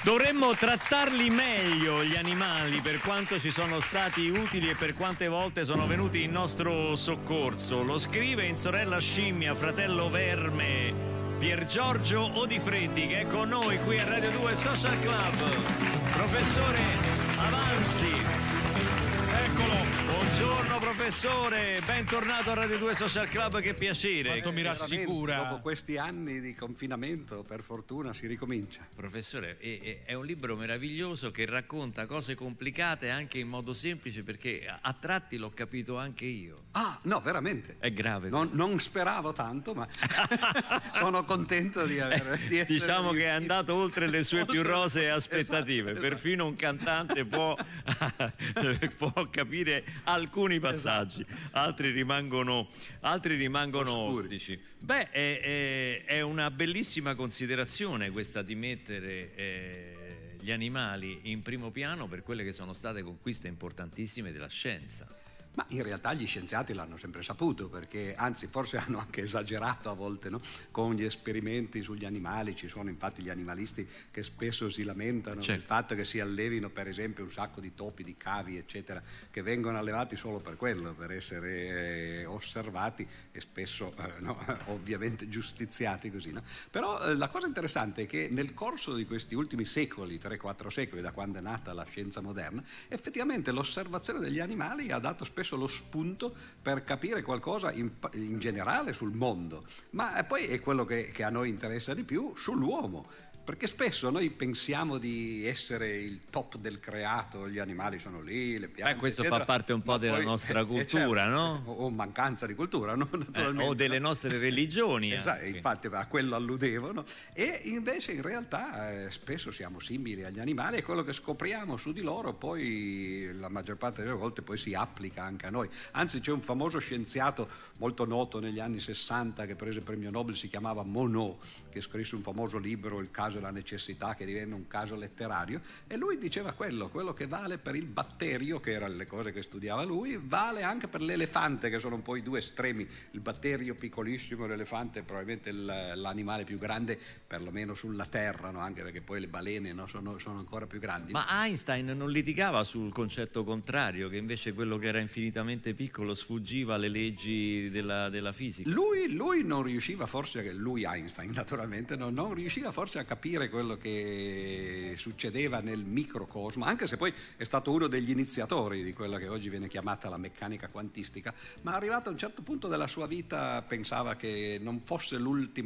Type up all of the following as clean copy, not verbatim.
Dovremmo trattarli meglio gli animali, per quanto ci sono stati utili e per quante volte sono venuti in nostro soccorso. Lo scrive in Sorella Scimmia, Fratello Verme, Piergiorgio Odifreddi, che è con noi qui a Radio 2 Social Club. Professore Avanzi. Eccolo. Buongiorno professore, bentornato a Radio 2 Social Club, che piacere. Quanto mi rassicura. Dopo questi anni di confinamento, per fortuna, si ricomincia. Professore, è un libro meraviglioso che racconta cose complicate anche in modo semplice, perché a tratti l'ho capito anche io. Ah, no, veramente. È grave. Non speravo tanto, ma sono contento di essere diciamo che è andato oltre le sue più rosee aspettative. Esatto. Perfino un cantante può capire alcuni passaggi, altri rimangono ostici. Beh, è una bellissima considerazione questa di mettere gli animali in primo piano per quelle che sono state conquiste importantissime della scienza. Ma in realtà gli scienziati l'hanno sempre saputo, perché anzi forse hanno anche esagerato a volte, no? Con gli esperimenti sugli animali. Ci sono infatti gli animalisti che spesso si lamentano del fatto che si allevino per esempio un sacco di topi, di cavi eccetera, che vengono allevati solo per quello, per essere osservati e spesso ovviamente giustiziati così, no? Però la cosa interessante è che nel corso di questi ultimi secoli, 3-4 secoli, da quando è nata la scienza moderna, effettivamente l'osservazione degli animali ha dato spesso lo spunto per capire qualcosa in generale sul mondo, ma poi è quello che a noi interessa di più, sull'uomo. Perché spesso noi pensiamo di essere il top del creato, gli animali sono lì, le piante, questo eccetera, fa parte un po' della nostra cultura, certo, no? O mancanza di cultura, no? Naturalmente, o delle nostre religioni. Esatto, infatti a quello alludevo, no? E invece in realtà spesso siamo simili agli animali, e quello che scopriamo su di loro poi la maggior parte delle volte poi si applica anche a noi. Anzi, c'è un famoso scienziato molto noto negli anni 60 che prese il premio Nobel, si chiamava Monod, che scrisse un famoso libro, Il caso e la necessità, che divenne un caso letterario, e lui diceva quello che vale per il batterio, che erano le cose che studiava lui, vale anche per l'elefante, che sono un po' i due estremi, il batterio piccolissimo, l'elefante probabilmente l'animale più grande, perlomeno sulla terra, no? Anche perché poi le balene, no? sono ancora più grandi. Ma Einstein non litigava sul concetto contrario, che invece quello che era infinitamente piccolo sfuggiva alle leggi della fisica? Lui non riusciva forse, Einstein naturalmente, non riusciva forse a capire quello che succedeva nel microcosmo, anche se poi è stato uno degli iniziatori di quella che oggi viene chiamata la meccanica quantistica, ma arrivato a un certo punto della sua vita pensava che non fosse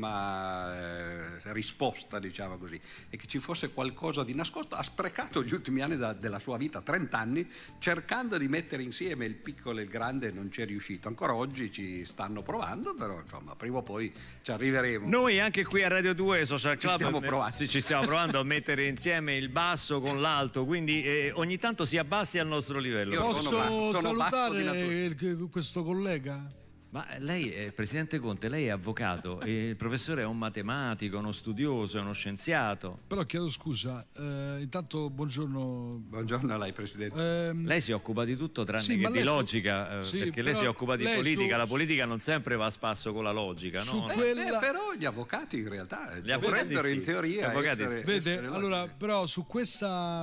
l'ultima risposta, diciamo così, e che ci fosse qualcosa di nascosto. Ha sprecato gli ultimi anni della sua vita, 30 anni, cercando di mettere insieme il piccolo e il grande, non ci è riuscito. Ancora oggi ci stanno provando, però insomma prima o poi ci arriveremo. Noi anche qui a Radio 2 Social Club ci stiamo provando a mettere insieme il basso con l'alto, quindi ogni tanto si abbassi al nostro livello. Posso salutare questo collega? Ma lei, Presidente Conte, lei è avvocato, e il professore è un matematico, uno studioso, è uno scienziato. Però chiedo scusa, intanto buongiorno. Buongiorno a lei, Presidente. Lei si occupa di tutto tranne che di logica, perché lei si occupa di politica. La politica non sempre va a spasso con la logica, no? Però gli avvocati in realtà dovrebbero in teoria allora, però su questa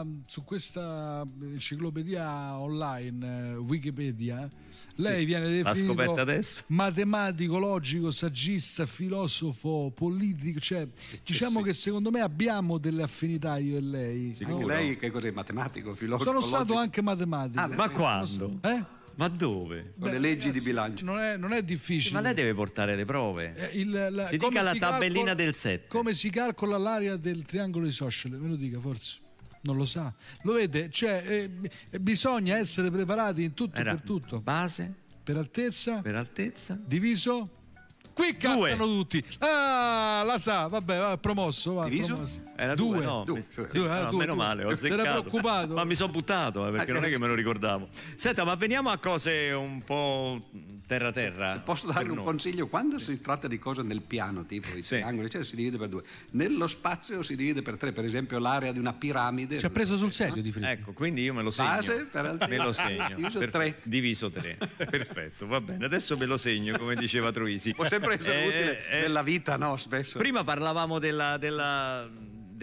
enciclopedia online, Wikipedia, lei viene definito, l'ha scoperta adesso, matematico, logico, saggista, filosofo, politico, cioè diciamo che secondo me abbiamo delle affinità io e lei. Anche lei che cos'è, matematico, filosofo? Sono stato anche matematico. Ma quando? Ma dove? Con le leggi di bilancio. Non è difficile. Ma lei deve portare le prove. Ti dica la tabellina del 7. Come si calcola l'area del triangolo isoscele? Me lo dica forse. Non lo sa. Lo vede? Cioè, bisogna essere preparati in tutto e per tutto. Base. Per altezza. Per altezza. Diviso. Qui cascano tutti. Ah, la sa, vabbè, promosso. Va, diviso? Promosso. Era due. No, meno male, ho azzeccato. Era preoccupato. Ma mi sono buttato, perché non è che me lo ricordavo. Senta, ma veniamo a cose un po' terra. Posso darle un consiglio? Quando si tratta di cose nel piano, tipo i triangoli, cioè, si divide per due. Nello spazio si divide per tre. Per esempio l'area di una piramide. Ci ha preso sul serio di freddo. Ecco, quindi io me lo segno. Base per altezza. Me lo segno. Diviso 3. Perfetto, va bene. Adesso me lo segno, come diceva Troisi. Può sempre essere utile nella vita, no? Spesso. Prima parlavamo della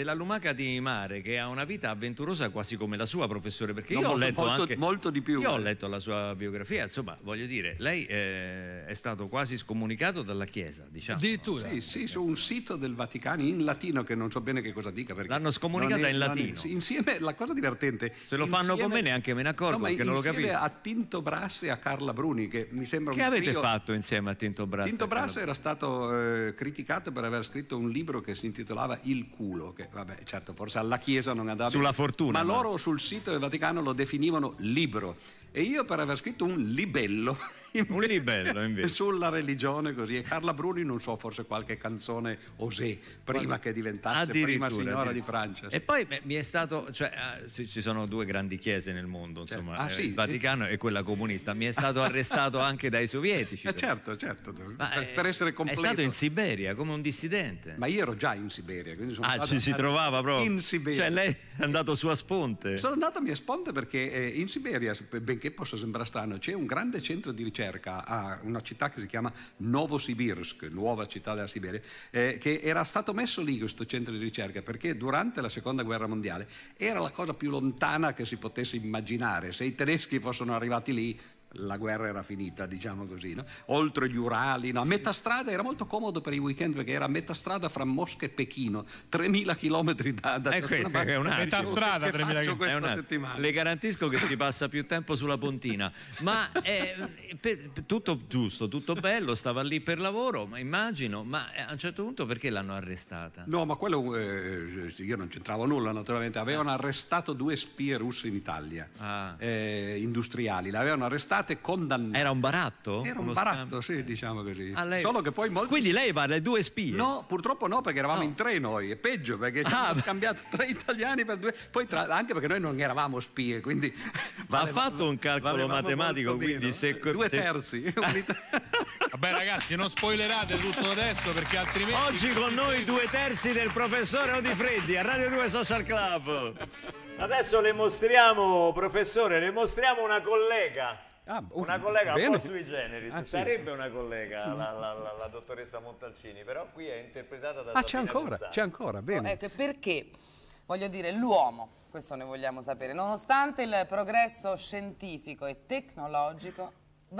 della lumaca di mare, che ha una vita avventurosa quasi come la sua, professore, perché No, io ho molto, letto molto, anche molto di più. Io ho letto la sua biografia, insomma, voglio dire, lei è stato quasi scomunicato dalla Chiesa, diciamo. Addirittura. Sì, su un sito del Vaticano in latino, che non so bene che cosa dica, perché L'hanno scomunicata in latino. sì, insieme, la cosa divertente, Se lo fanno con me neanche me ne accorgo, no, perché non lo insieme capisco. a Tinto Brass e a Carla Bruni, che mi sembra Che un avete trio. fatto insieme a Tinto Brass? Tinto Brass era stato criticato per aver scritto un libro che si intitolava Il culo, che vabbè, certo, forse alla Chiesa non andava Sulla bene, fortuna, ma loro sul sito del Vaticano lo definivano libro, e io per aver scritto un libello Un libello, invece. sulla religione, così. E Carla Bruni, non so, forse qualche canzone osè prima che diventasse prima signora di Francia. E poi mi è stato, cioè, ci sono due grandi chiese nel mondo, insomma, sì. il Vaticano e quella comunista. Mi è stato arrestato anche dai sovietici. Certo, Ma per essere completo. È stato in Siberia come un dissidente. Ma io ero già in Siberia, quindi sono stato ci si trovava proprio in Siberia. Cioè lei è andato su a sponte. Sono andato a mie sponte perché in Siberia, benché possa sembrare strano, c'è un grande centro di ricerca a una città che si chiama Novosibirsk, nuova città della Siberia, che era stato messo lì questo centro di ricerca perché durante la seconda guerra mondiale era la cosa più lontana che si potesse immaginare. Se i tedeschi fossero arrivati lì, la guerra era finita, diciamo così, no? Oltre gli Urali, no? A metà strada, era molto comodo per i weekend perché era a metà strada fra Mosca e Pechino, 3000 chilometri da ciascuna parte. È un attimo. Metà strada, Che 3000 faccio chilometri. questa settimana. Le garantisco che si passa più tempo sulla pontina. Ma tutto giusto, tutto bello, stava lì per lavoro, ma immagino, ma a un certo punto perché l'hanno arrestata? No, ma quello io non c'entravo nulla, naturalmente. Avevano arrestato 2 spie russe in Italia, industriali. L'avevano arrestata e condannata. Era un baratto? Era un Uno baratto, scambio? sì, diciamo così. Lei... Solo che poi molti... Quindi lei parla di 2 spie? No, purtroppo no, perché eravamo No. in 3 noi, è peggio perché ci hanno scambiato 3 italiani per 2, poi anche perché noi non eravamo spie, quindi... Ha fatto un calcolo valevamo matematico, molto quindi meno. se... 2 terzi. Vabbè ragazzi, non spoilerate tutto adesso perché altrimenti... Oggi con noi 2 terzi del professore Odifreddi a Radio 2 Social Club. Adesso le mostriamo, professore, le mostriamo una collega. Una collega un po' sui generis, sì. sarebbe una collega la dottoressa Montalcini, però qui è interpretata da C'è ancora, bene. Ecco, perché, voglio dire, l'uomo, questo ne vogliamo sapere, nonostante il progresso scientifico e tecnologico,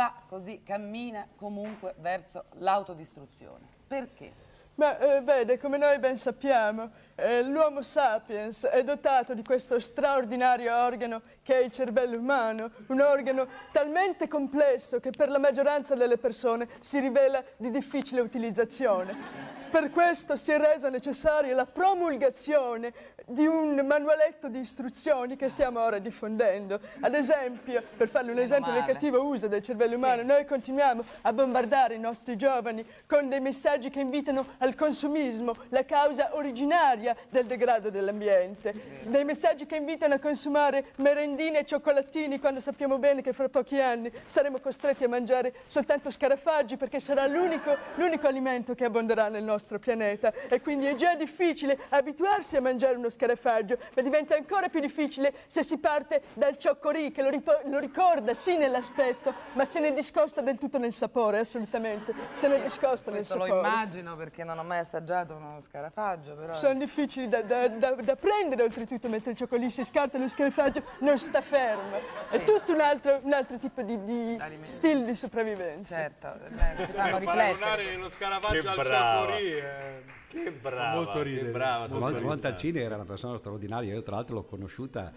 cammina comunque verso l'autodistruzione. Perché? Ma vede, come noi ben sappiamo, l'Homo sapiens è dotato di questo straordinario organo che è il cervello umano, un organo talmente complesso che per la maggioranza delle persone si rivela di difficile utilizzazione. Per questo si è resa necessaria la promulgazione di un manualetto di istruzioni che stiamo ora diffondendo. Ad esempio, per farle un esempio del cattivo uso del cervello umano, noi continuiamo a bombardare i nostri giovani con dei messaggi che invitano al consumismo, la causa originaria del degrado dell'ambiente, dei messaggi che invitano a consumare merendine e cioccolatini quando sappiamo bene che fra pochi anni saremo costretti a mangiare soltanto scarafaggi perché sarà l'unico alimento che abbonderà nel nostro pianeta, e quindi è già difficile abituarsi a mangiare uno scarafaggio, ma diventa ancora più difficile se si parte dal cioccorì che lo ricorda sì nell'aspetto, ma se ne discosta del tutto nel sapore, assolutamente, se ne discosta nel sapore. Questo lo immagino perché non ho mai assaggiato uno scarafaggio, però... Sono difficili da prendere, oltretutto, mentre il cioccolì si scarta, lo scarafaggio non sta fermo. Sì. È tutto un altro tipo di stile di sopravvivenza. Certo, ci fanno riflettere. Lo scarafaggio al cioccolì. Che brava, Molto ridere. che brava. Montalcini era una persona straordinaria, io tra l'altro l'ho conosciuta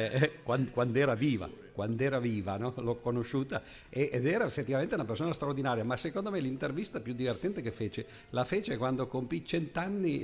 quando era viva, no? L'ho conosciuta ed era effettivamente una persona straordinaria, ma secondo me l'intervista più divertente che la fece quando compì 100 anni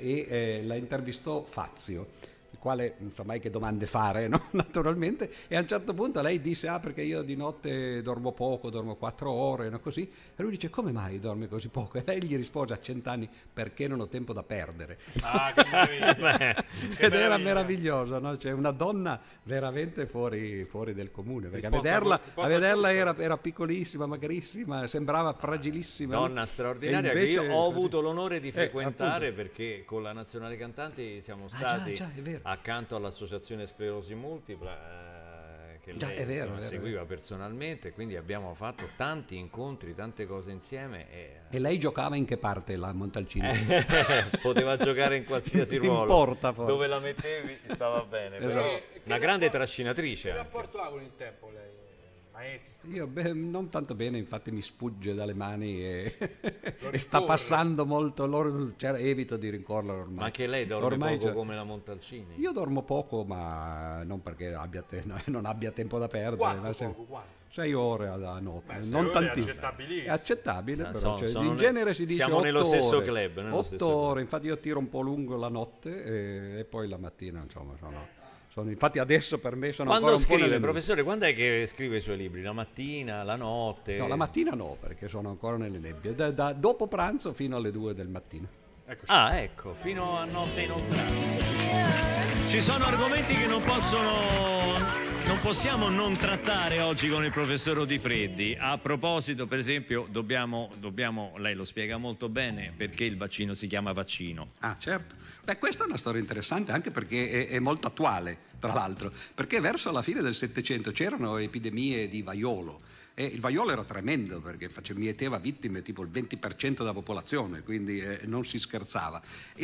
e la intervistò Fazio, il quale non so mai che domande fare, no? Naturalmente, e a un certo punto lei disse perché io di notte dormo poco, dormo 4 ore, no? Così, e lui dice come mai dormi così poco? E lei gli rispose a 100 anni perché non ho tempo da perdere. Che meraviglia. Ed era meraviglioso, no? Cioè una donna veramente fuori del comune, perché a vederla era piccolissima, magrissima, sembrava fragilissima. Donna straordinaria che io ho avuto l'onore di frequentare perché con la Nazionale Cantanti siamo stati già, è vero. accanto all'Associazione Sclerosi Multipla che Già, lei è vero, insomma, è vero, seguiva personalmente, quindi abbiamo fatto tanti incontri, tante cose insieme. E lei giocava in che parte la Montalcini? Poteva giocare in qualsiasi ruolo. In porta, forse. Dove la mettevi stava bene. Esatto. Però una grande trascinatrice. Che anche. rapporto ha con il tempo lei, maestro? Io non tanto bene, infatti mi sfugge dalle mani e rincorre. sta passando molto, evito di rincorrere ormai. Ma anche lei dorme Ormai poco già- come la Montalcini? Io dormo poco, ma non perché non abbia tempo da perdere. Quanto ma poco, quanto? 6 ore alla notte, Beh, 6 non ore è tantissimo. accettabilissimo. È accettabile, Ah, però cioè, sono in genere si dice siamo 8 nello stesso ore. club, nello 8 stesso ore, club. infatti io tiro un po' lungo la notte e poi la mattina, insomma, infatti adesso per me sono Quando ancora un po' scrive, nelle nuvole. professore, quando è che scrive i suoi libri? La mattina, la notte? No, la mattina no, perché sono ancora nelle nebbie. Dopo pranzo fino alle 2 del mattino. Eccoci. Ah, ecco, fino a notte inoltrata. Ci sono argomenti che non possiamo non trattare oggi con il professor Odifreddi. A proposito, per esempio, dobbiamo, lei lo spiega molto bene, perché il vaccino si chiama vaccino. Ah, certo. Beh, questa è una storia interessante anche perché è molto attuale, tra l'altro, perché verso la fine del Settecento c'erano epidemie di vaiolo. E il vaiolo era tremendo perché mieteva vittime tipo il 20% della popolazione, quindi non si scherzava.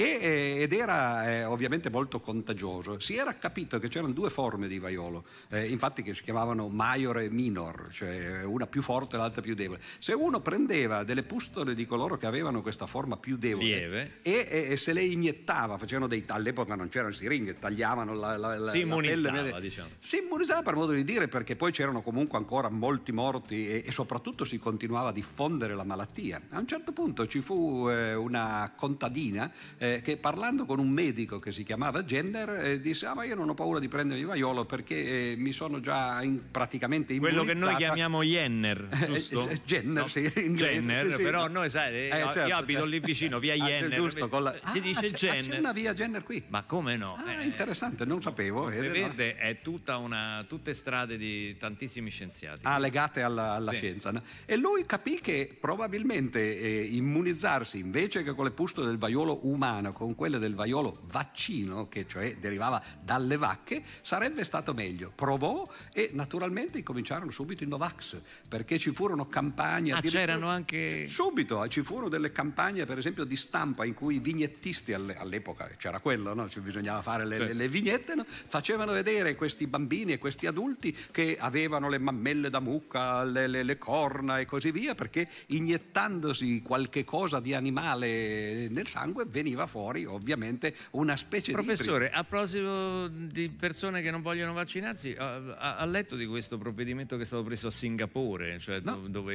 Ed era ovviamente molto contagioso. Si era capito che c'erano due forme di vaiolo, infatti che si chiamavano major e minor, cioè una più forte e l'altra più debole. Se uno prendeva delle pustole di coloro che avevano questa forma più debole Lieve. e se le iniettava, all'epoca non c'erano siringhe, tagliavano Si immunizzava, pelle, diciamo. si immunizzava per modo di dire, perché poi c'erano comunque ancora molti morti e soprattutto si continuava a diffondere la malattia. A un certo punto ci fu una contadina che, parlando con un medico che si chiamava Jenner, disse: ma io non ho paura di prendermi il vaiolo perché mi sono già praticamente immunizzata. Quello che noi chiamiamo Jenner, giusto? Jenner, No? sì, inglese, Jenner, sì, però no. noi sai, Certo, io abito certo. lì vicino, via Jenner, giusto, si dice c'è Jenner. una via Jenner qui. Ma come no? Interessante, non sapevo. Monteverde è tutte strade di tantissimi scienziati. Legate alla Sì. scienza, no? E lui capì che probabilmente immunizzarsi invece che con le pustole del vaiolo umano con quelle del vaiolo vaccino, che cioè derivava dalle vacche, sarebbe stato meglio. Provò e naturalmente cominciarono subito i Novax, perché ci furono campagne c'erano anche subito, ci furono delle campagne per esempio di stampa in cui i vignettisti all'epoca c'era quello, no? Bisognava fare le vignette, no? Facevano vedere questi bambini e questi adulti che avevano le mammelle da mucca, le corna e così via, perché iniettandosi qualche cosa di animale nel sangue veniva fuori ovviamente una specie Professore, a proposito di persone che non vogliono vaccinarsi, ha letto di questo provvedimento che è stato preso a Singapore, cioè No. dove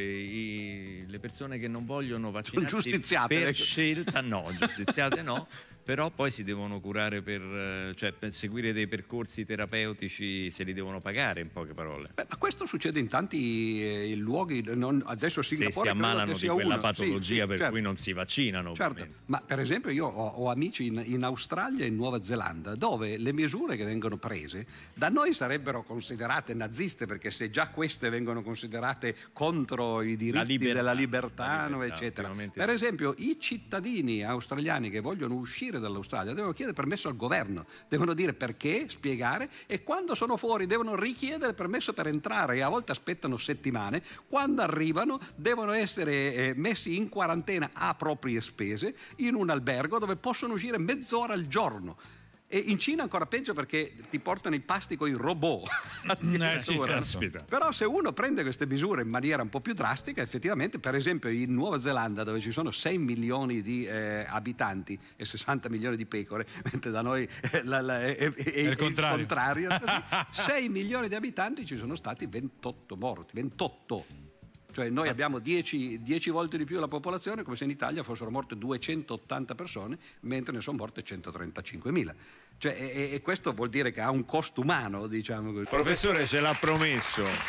le persone che non vogliono vaccinarsi giustiziate, per ecco. scelta, giustiziate no, però poi si devono curare per seguire dei percorsi terapeutici, se li devono pagare, in poche parole. Beh, ma questo succede in tanti luoghi, adesso Se Singapore si credo ammalano che di sia quella uno. patologia Sì, per certo. cui non si vaccinano. Certo, ovviamente. ma per esempio io ho amici in Australia e in Nuova Zelanda dove le misure che vengono prese da noi sarebbero considerate naziste, perché se già queste vengono considerate contro i diritti della libertà, no, eccetera. Per esempio i cittadini australiani che vogliono uscire dall'Australia devono chiedere permesso al governo, devono dire perché, spiegare, e quando sono fuori devono richiedere permesso per entrare e a volte aspettano settimane. Quando arrivano devono essere messi in quarantena a proprie spese in un albergo dove possono uscire mezz'ora al giorno. E in Cina ancora peggio, perché ti portano i pasti con i robot. Sì, caspita. Però se uno prende queste misure in maniera un po' più drastica, effettivamente, per esempio in Nuova Zelanda, dove ci sono 6 milioni di abitanti e 60 milioni di pecore, mentre da noi è il contrario, 6 milioni di abitanti, ci sono stati 28 morti, 28. Cioè noi abbiamo 10 volte di più la popolazione, come se in Italia fossero morte 280 persone, mentre ne sono morte 135.000. Cioè, e questo vuol dire che ha un costo umano, diciamo così. Professore, ce l'ha promesso.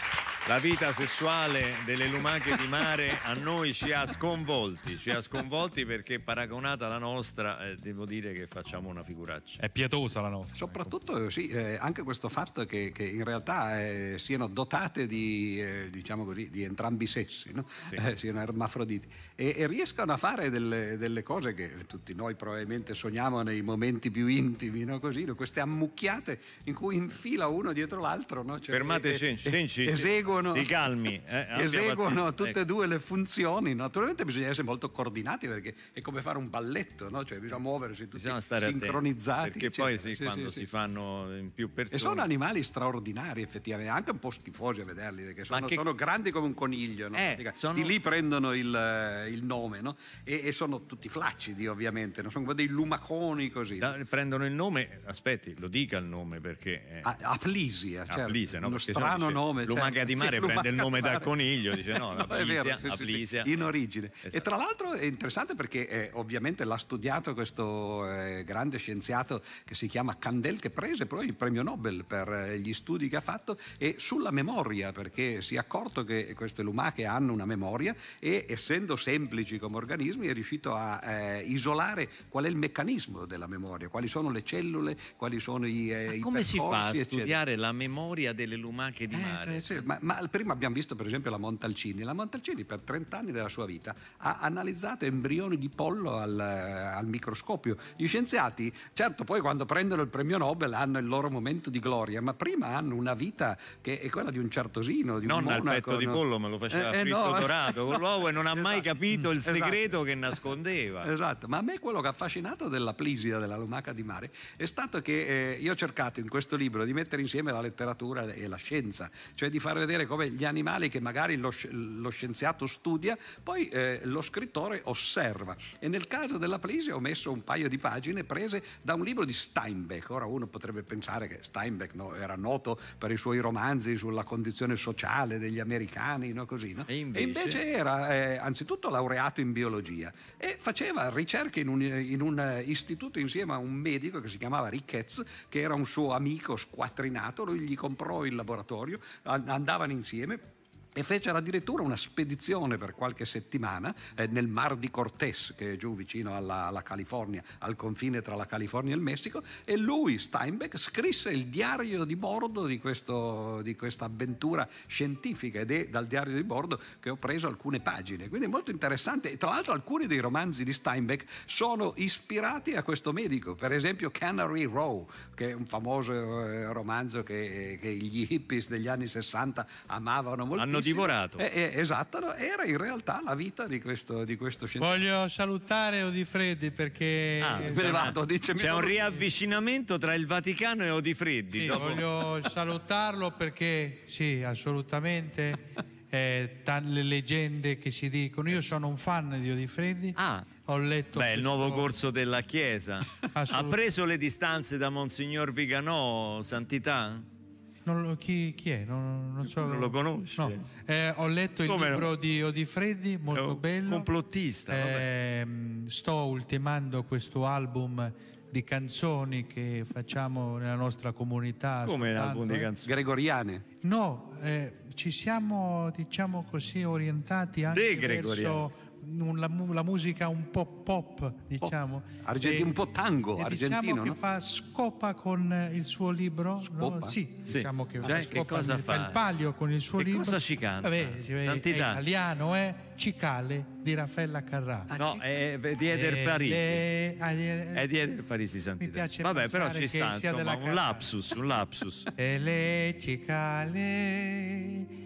La vita sessuale delle lumache di mare a noi ci ha sconvolti perché paragonata alla nostra devo dire che facciamo una figuraccia. È pietosa la nostra. Soprattutto sì, anche questo fatto che in realtà siano dotate di, diciamo così, di entrambi i sessi, no? Sì. Siano ermafroditi e riescano a fare delle cose che tutti noi probabilmente sogniamo nei momenti più intimi, no? Così, no? Queste ammucchiate in cui infila uno dietro l'altro, no? Cioè, Fermate Cenci, eseguono, ti calmi, eseguono tutte e due le funzioni. Naturalmente bisogna essere molto coordinati perché è come fare un balletto, no? Cioè bisogna muoversi tutti bisogna stare sincronizzati, attenti, perché poi quando si fanno in più persone. E sono animali straordinari effettivamente, anche un po' schifosi a vederli perché sono grandi come un coniglio, no? Di lì prendono il nome, no? E sono tutti flaccidi ovviamente, non sono come dei lumaconi così. Prendono il nome, aspetti, lo dica il nome perché Aplisia, certo. Aplisia, no? Uno Perché strano nome, lumaca di mare prende il nome dal coniglio, dice no, è vero, Aplisia. In origine. Esatto. E tra l'altro è interessante perché ovviamente l'ha studiato questo grande scienziato che si chiama Kandel, che prese poi il premio Nobel per gli studi che ha fatto e sulla memoria, perché si è accorto che queste lumache hanno una memoria e essendo semplici come organismi è riuscito a isolare qual è il meccanismo della memoria, quali sono le cellule, quali sono i come si fa a eccetera. Studiare la memoria delle lumache di mare? Ma prima abbiamo visto per esempio la Montalcini. La Montalcini per 30 anni della sua vita ha analizzato embrioni di pollo al microscopio. Gli scienziati, certo, poi quando prendono il premio Nobel hanno il loro momento di gloria, ma prima hanno una vita che è quella di un certosino, di un Nonna monaco. Il petto di pollo me lo faceva fritto dorato con l'uovo e non ha mai capito il segreto che nascondeva. Esatto, ma a me quello che ha affascinato della Plisia, della lumaca di mare, è stato che io ho cercato in questo libro di mettere insieme la letteratura e la scienza, cioè di far vedere come gli animali che magari lo scienziato studia, poi lo scrittore osserva. E nel caso della Plisia ho messo un paio di pagine prese da un libro di Steinbeck. Ora uno potrebbe pensare che Steinbeck era noto per i suoi romanzi sulla condizione sociale degli americani, no? Così, no? E invece era anzitutto laureato in biologia e faceva ricerche in un istituto insieme a un medico che si chiamava Ricketts, che era un suo amico squattrinato. Lui gli comprò il laboratorio, andavano insieme e fecero addirittura una spedizione per qualche settimana nel Mar di Cortés, che è giù vicino alla California, al confine tra la California e il Messico, e lui, Steinbeck, scrisse il diario di bordo di questa avventura scientifica, ed è dal diario di bordo che ho preso alcune pagine, quindi è molto interessante. E tra l'altro alcuni dei romanzi di Steinbeck sono ispirati a questo medico, per esempio Cannery Row, che è un famoso romanzo che gli hippies degli anni 60 amavano moltissimo. Divorato. Esatto, no? Era in realtà la vita di questo scienziato. Voglio salutare Odifreddi perché c'è un riavvicinamento tra il Vaticano e Odifreddi. Sì, voglio salutarlo perché sì, assolutamente le leggende che si dicono. Io sono un fan di Odifreddi. Ho letto il nuovo corso della Chiesa. Ha preso le distanze da Monsignor Viganò, Santità? Chi è? Non so. Non lo conosci? No. Ho letto il libro di Odifreddi, molto bello. Complottista. Sto ultimando questo album di canzoni che facciamo nella nostra comunità. Come un album di canzoni? Gregoriane? No, ci siamo, diciamo così, orientati anche verso la musica un po' pop, diciamo. Un po' tango argentino, diciamo che no? fa scopa con il suo libro. Scopa? No? Sì, diciamo che che cosa fa? Il palio con il suo libro. Cosa ci canta? Vabbè, è italiano, Cicale di Raffaella Carrà. No, è di Eder Parisi. È di Eder Parisi, Santità. Vabbè, però ci sta, insomma, un lapsus. E le cicale...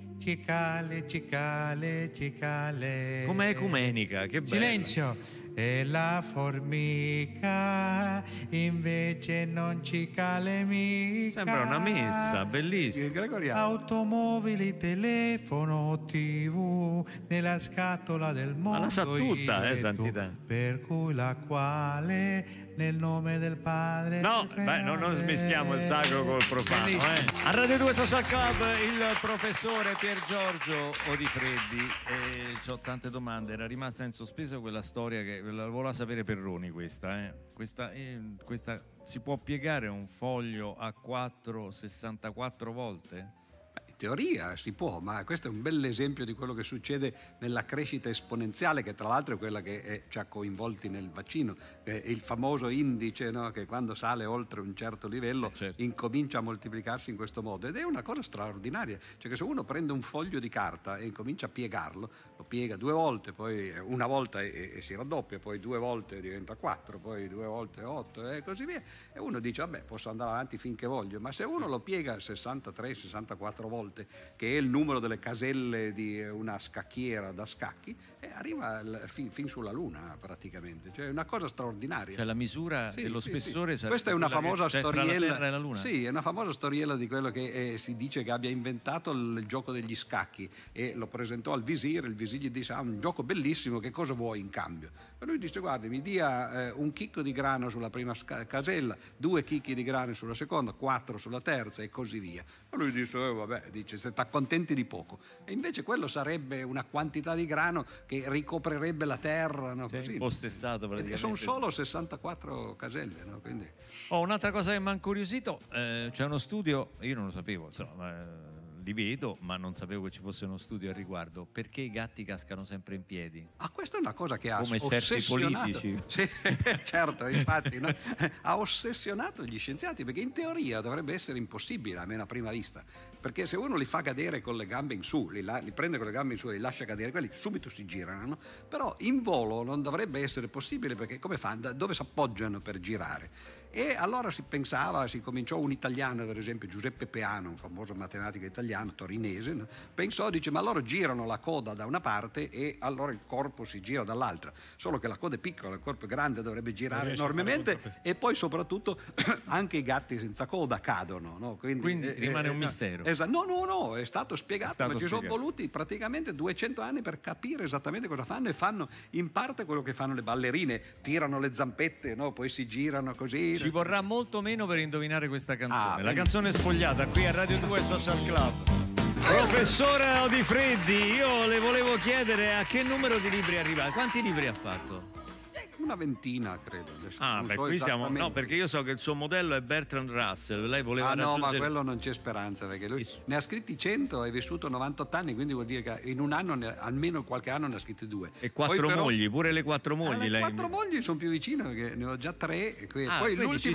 Cicale. Com'è ecumenica, che bello. Silenzio. E la formica invece non cicale mica. Sembra una messa, bellissima. Automobili, telefono, TV nella scatola del mondo. Ma la sa tutta, Santità. Per cui la quale nel nome del Padre. No, non smischiamo il sacro col profano. A Radio 2 Social Club il professore Pier Giorgio Odifreddi. Ho tante domande. Era rimasta in sospeso quella storia che la voleva sapere Perroni. Questa si può piegare un foglio A4 64 volte? teoria si può, ma questo è un bell'esempio di quello che succede nella crescita esponenziale, che tra l'altro è quella che ci ha coinvolti nel vaccino, il famoso indice, no? Che quando sale oltre un certo livello incomincia a moltiplicarsi in questo modo, ed è una cosa straordinaria, cioè che se uno prende un foglio di carta e incomincia a piegarlo, lo piega 2 volte, poi una volta e si raddoppia, poi 2 volte diventa 4, poi 2 volte 8 e così via, e uno dice vabbè, posso andare avanti finché voglio, ma se uno lo piega 63-64 volte, che è il numero delle caselle di una scacchiera da scacchi, e arriva fin sulla luna praticamente, cioè è una cosa straordinaria. Cioè la misura dello spessore sarebbe questa è una famosa storiella tra la Terra e la Luna. Sì, è una famosa storiella di quello che si dice che abbia inventato il gioco degli scacchi, e lo presentò al visir, il visir gli disse un gioco bellissimo, che cosa vuoi in cambio? E lui disse guardi, mi dia un chicco di grano sulla prima casella, 2 chicchi di grano sulla seconda, 4 sulla terza e così via. E lui disse vabbè, dice, se ti accontenti di poco. E invece quello sarebbe una quantità di grano che ricoprirebbe la terra, no? Così. Impossessato praticamente. E sono solo 64 caselle, no? Quindi... un'altra cosa che mi ha incuriosito, c'è uno studio, io non lo sapevo, insomma, li vedo, ma non sapevo che ci fosse uno studio al riguardo. Perché i gatti cascano sempre in piedi? Questa è una cosa che ha come certi politici. Sì, certo, infatti, no? Ha ossessionato gli scienziati, perché in teoria dovrebbe essere impossibile, almeno a prima vista, perché se uno li fa cadere con le gambe in su, li prende con le gambe in su e li lascia cadere, quelli subito si girano, no? Però in volo non dovrebbe essere possibile, perché come fanno? Dove si appoggiano per girare? E allora si cominciò un italiano, per esempio Giuseppe Peano, un famoso matematico italiano, torinese, no? Pensò, dice, ma loro girano la coda da una parte e allora il corpo si gira dall'altra, solo che la coda è piccola, il corpo è grande, dovrebbe girare enormemente, e poi soprattutto anche i gatti senza coda cadono, no? Quindi rimane un mistero. No, è stato spiegato, ma ci sono voluti praticamente 200 anni per capire esattamente cosa fanno, e fanno in parte quello che fanno le ballerine, tirano le zampette, no? Poi si girano così. Ci vorrà molto meno per indovinare questa canzone. La canzone sfogliata qui a Radio 2 Social Club. Professore Odifreddi, io le volevo chiedere a che numero di libri è arrivato. Quanti libri ha fatto? Una ventina, credo. Qui siamo. No, perché io so che il suo modello è Bertrand Russell. Lei voleva raggiungere... no, ma quello non c'è speranza, perché lui ne ha scritti 100, è vissuto 98 anni, quindi vuol dire che in un anno, almeno qualche anno, ne ha scritti 2. E 4 mogli, pure le 4 mogli. Le 4 mogli sono più vicino, perché ne ho già 3. Poi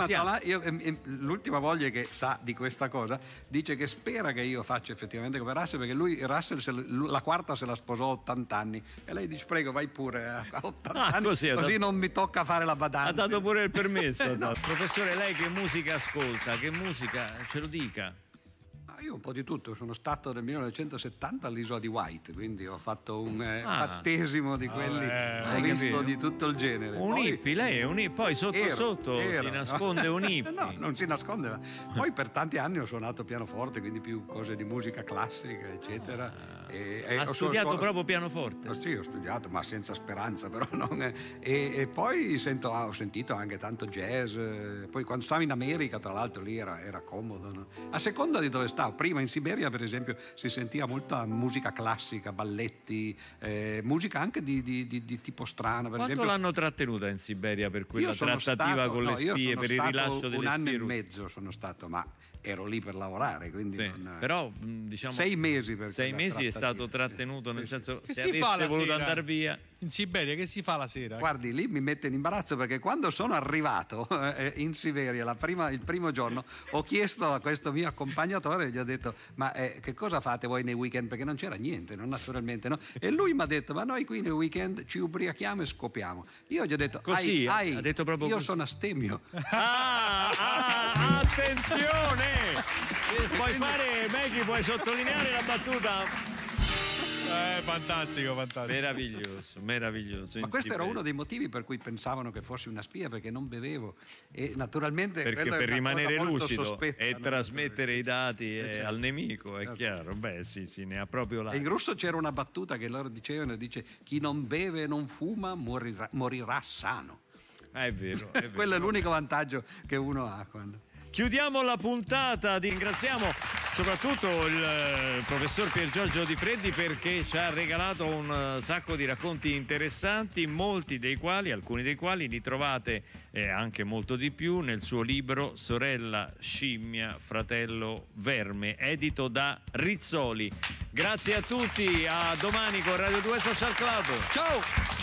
l'ultima moglie che sa di questa cosa dice che spera che io faccia effettivamente come Russell, perché Russell la quarta se la sposò a 80 anni, e lei dice prego vai pure a 80 anni, così non mi tocca fare la badante. Ha dato pure il permesso. No. Professore, lei che musica ascolta? Che musica? Ce lo dica. Io un po' di tutto, sono stato nel 1970 all'isola di White, quindi ho fatto un battesimo di quelli, ho visto di tutto il genere. Un hippie, lei è un hippie, poi sotto si nasconde un hippie. No, non si nasconde, ma poi per tanti anni ho suonato pianoforte, quindi più cose di musica classica, eccetera. Ha studiato proprio pianoforte? Sì, ho studiato, ma senza speranza, però non. E poi ho sentito anche tanto jazz, poi quando stavo in America, tra l'altro, lì era comodo, no? A seconda di dove stavo. Prima in Siberia, per esempio, si sentiva molta musica classica, balletti, musica anche di tipo strano. Quanto l'hanno trattenuta in Siberia per quella trattativa con le spie, per il rilascio delle spie? Un anno e mezzo sono stato, ma ero lì per lavorare, quindi però diciamo 6 mesi. 6 mesi è stato trattenuto, nel senso che se avesse voluto andare via. In Siberia che si fa la sera? Guardi, lì mi mette in imbarazzo, perché quando sono arrivato in Siberia il primo giorno ho chiesto a questo mio accompagnatore, gli ho detto ma che cosa fate voi nei weekend, perché non c'era niente, no? Naturalmente, no? E lui mi ha detto ma noi qui nei weekend ci ubriachiamo e scopiamo. Io gli ho detto così, ha detto proprio io così. sono astemio. Attenzione, Maggie, puoi sottolineare la battuta? Fantastico. Meraviglioso. Ma questo era uno dei motivi per cui pensavano che fossi una spia, perché non bevevo, e naturalmente perché per rimanere lucido sospetta, e trasmettere i dati al nemico, è chiaro. Beh sì, ne ha proprio la. In russo c'era una battuta che loro dicevano, dice chi non beve e non fuma morirà sano. È vero. Quello è l'unico vantaggio che uno ha quando. Chiudiamo la puntata, ringraziamo soprattutto il professor Pier Giorgio Di Freddi, perché ci ha regalato un sacco di racconti interessanti, alcuni dei quali li trovate anche molto di più nel suo libro Sorella scimmia, fratello verme, edito da Rizzoli. Grazie a tutti, a domani con Radio 2 Social Club. Ciao!